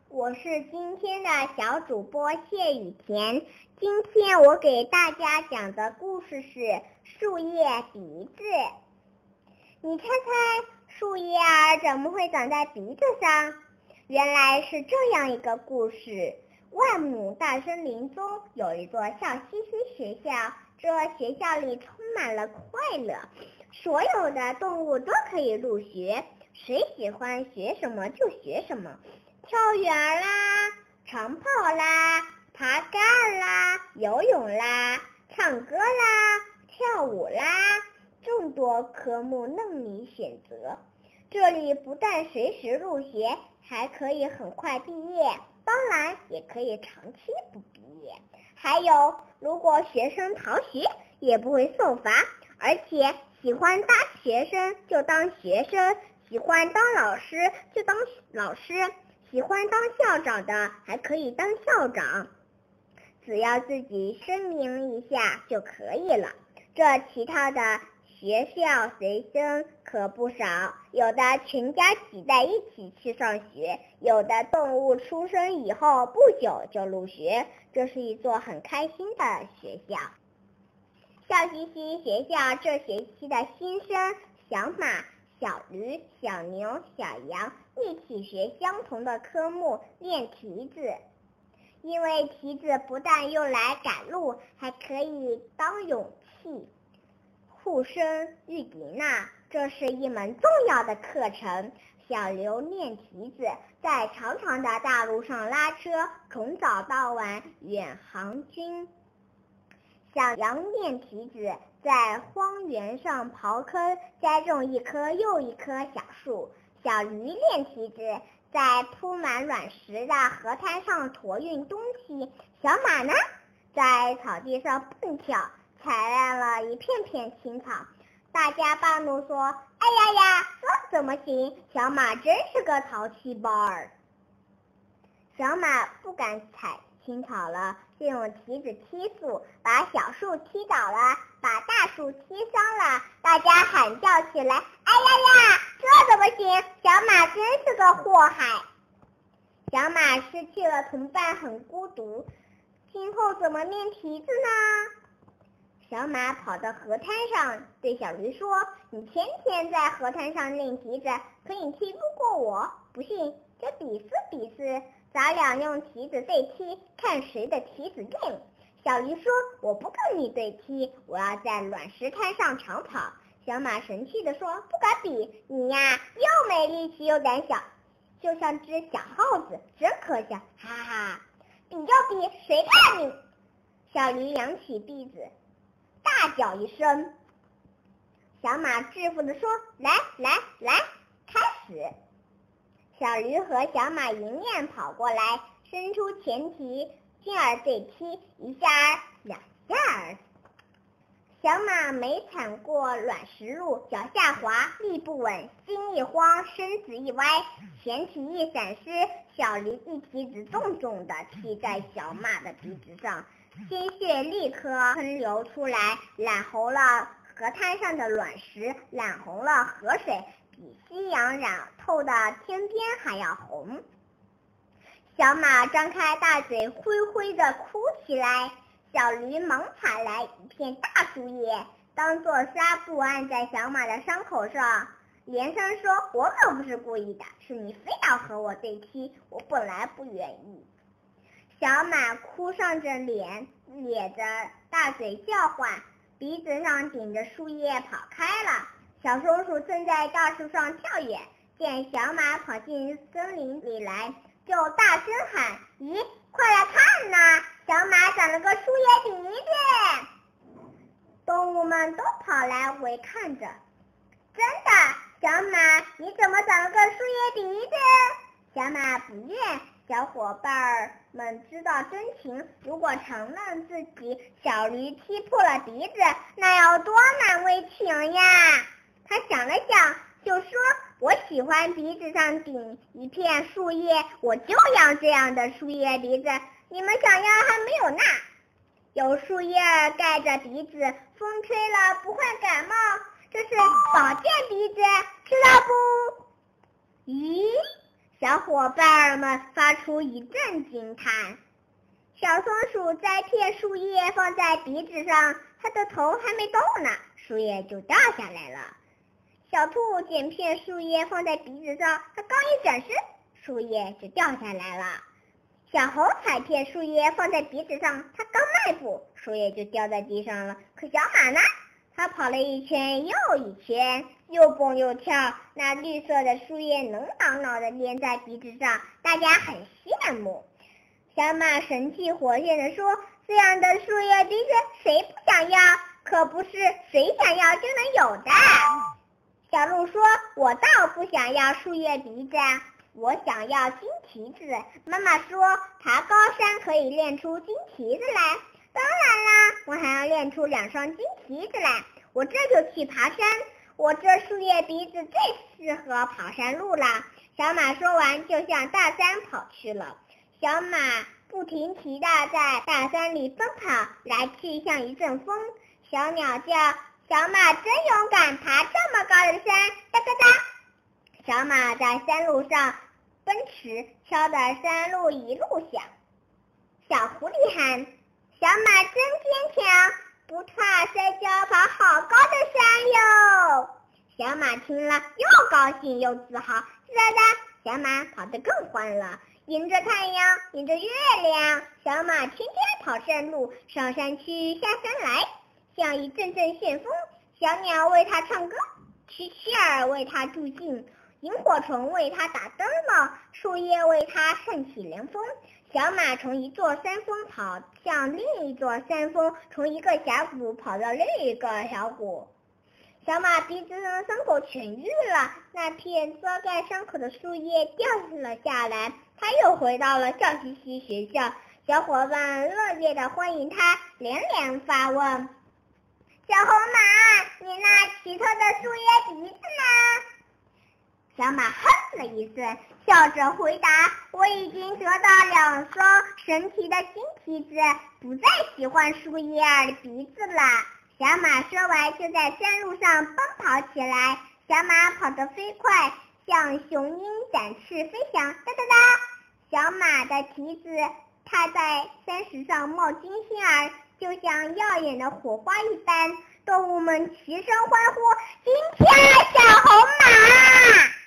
我是今天的小主播谢雨田。今天我给大家讲的故事是树叶鼻子。你猜猜树叶儿怎么会长在鼻子上？原来是这样一个故事。万亩大森林中有一座笑嘻嘻学校，这学校里充满了快乐，所有的动物都可以入学，谁喜欢学什么就学什么。跳远啦，长跑啦，爬杆啦，游泳啦，唱歌啦，跳舞啦，众多科目任你选择。这里不但随时入学，还可以很快毕业，当然也可以长期不毕业。还有，如果学生逃学也不会受罚，而且喜欢当学生就当学生，喜欢当老师就当老师，喜欢当校长的还可以当校长，只要自己声明一下就可以了。这其他的学校学生可不少，有的全家挤在一起去上学，有的动物出生以后不久就入学，这是一座很开心的学校。笑嘻嘻学校这学期的新生小马、小驴、小牛、小羊一起学相同的科目，练蹄子。因为蹄子不但用来赶路，还可以当勇气、护身、御敌呢。这是一门重要的课程。小牛练蹄子，在长长的大路上拉车，从早到晚远航军。小羊练蹄子，在荒原上刨坑，栽种一棵又一棵小树。小驴练蹄子，在铺满卵石的河滩上驮运东西。小马呢，在草地上蹦跳，踩烂了一片片青草。大家半路说：“哎呀呀，这怎么行？小马真是个淘气包儿。”小马不敢踩青草了，就用蹄子踢树，把小树踢倒了，把大树踢伤了。大家喊叫起来：“哎呀呀，这怎么行？小马真是个祸害。”小马失去了同伴，很孤独，今后怎么练蹄子呢？小马跑到河滩上，对小驴说：“你天天在河滩上练蹄子，可以踢不过我，不信就比试比试，咱俩用蹄子对踢，看谁的蹄子硬。”小驴说：“我不跟你对踢，我要在卵石滩上长跑。”小马生气地说：“不敢比，你呀又没力气又胆小，就像只小耗子，真可笑，哈哈！比就比，谁看你！”小驴扬起鼻子，大叫一声。小马制服地说：“来来来，开始！”小驴和小马迎面跑过来，伸出前蹄，进而对踢，一下儿两下儿。小马没踩过卵石路，脚下滑，力不稳，心一慌，身子一歪，前蹄一闪失，小驴一蹄子重重地踢在小马的鼻子上，鲜血立刻喷流出来，染红了河滩上的卵石，染红了河水，比夕阳染透的天边还要红。小马张开大嘴，灰灰地哭起来。小驴忙采来一片大树叶，当作纱布按在小马的伤口上，连声说：“我可不是故意的，是你非要和我对踢，我本来不愿意。”小马哭丧着脸，咧着大嘴叫唤，鼻子上顶着树叶跑开了。小松鼠正在大树上跳远，见小马跑进森林里来，就大声喊：“咦，快来看呐，小马长了个树叶鼻子！”动物们都跑来围看着。真的，小马，你怎么长了个树叶鼻子？小马不愿小伙伴们知道真情，如果承认自己小驴踢破了鼻子，那要多难为情呀！他想了想，就说：“我喜欢鼻子上顶一片树叶，我就要这样的树叶鼻子。你们想要还没有呢。有树叶盖着鼻子，风吹了不会感冒，这是保健鼻子，知道不？”咦， 小伙伴们发出一阵惊叹。小松鼠摘片树叶放在鼻子上，它的头还没动呢，树叶就掉下来了。小兔捡片树叶放在鼻子上，它刚一转身，树叶就掉下来了。小猴采片树叶放在鼻子上，它刚迈步，树叶就掉在地上了。可小马呢？它跑了一圈又一圈，又蹦又跳，那绿色的树叶能挠挠地粘在鼻子上，大家很羡慕。小马神气活现地说：“这样的树叶鼻子谁不想要？可不是谁想要就能有的。”小鹿说：“我倒不想要树叶鼻子，我想要金蹄子。”妈妈说：“爬高山可以练出金蹄子来。”当然啦，我还要练出2双金蹄子来。我这就去爬山，我这树叶鼻子最适合跑山路了。小马说完就向大山跑去了。小马不停蹄地在大山里奔跑，来去像一阵风。小鸟叫：“小马真勇敢，爬这么高的山！”哒哒哒。小马在山路上奔驰，敲得山路一路响。小狐狸喊：“小马真坚强，不怕摔跤，跑好高的山哟！”小马听了又高兴又自豪，哒哒哒，小马跑得更欢了。迎着太阳，迎着月亮，小马天天跑山路，上山去，下山来，像一阵阵旋风。小鸟为它唱歌，蛐蛐儿为它助兴，萤火虫为它打灯笼，树叶为它扇起凉风。小马从一座山峰跑向另一座山峰，从一个峡谷跑到另一个峡谷。小马鼻子上的伤口痊愈了，那片遮盖伤口的树叶掉了下来，他又回到了笑嘻嘻学校。小伙伴热烈地欢迎他，连连发问：“小红马，你那奇特的树叶鼻子呢？”小马哼了一声，笑着回答：“我已经得到2双神奇的金蹄子，不再喜欢树叶儿鼻子了。”小马说完就在山路上奔跑起来。小马跑得飞快，像雄鹰展翅飞翔，哒哒哒。小马的蹄子踏在山石上冒金星儿，就像耀眼的火花一般。动物们齐声欢呼：“金天小红马！”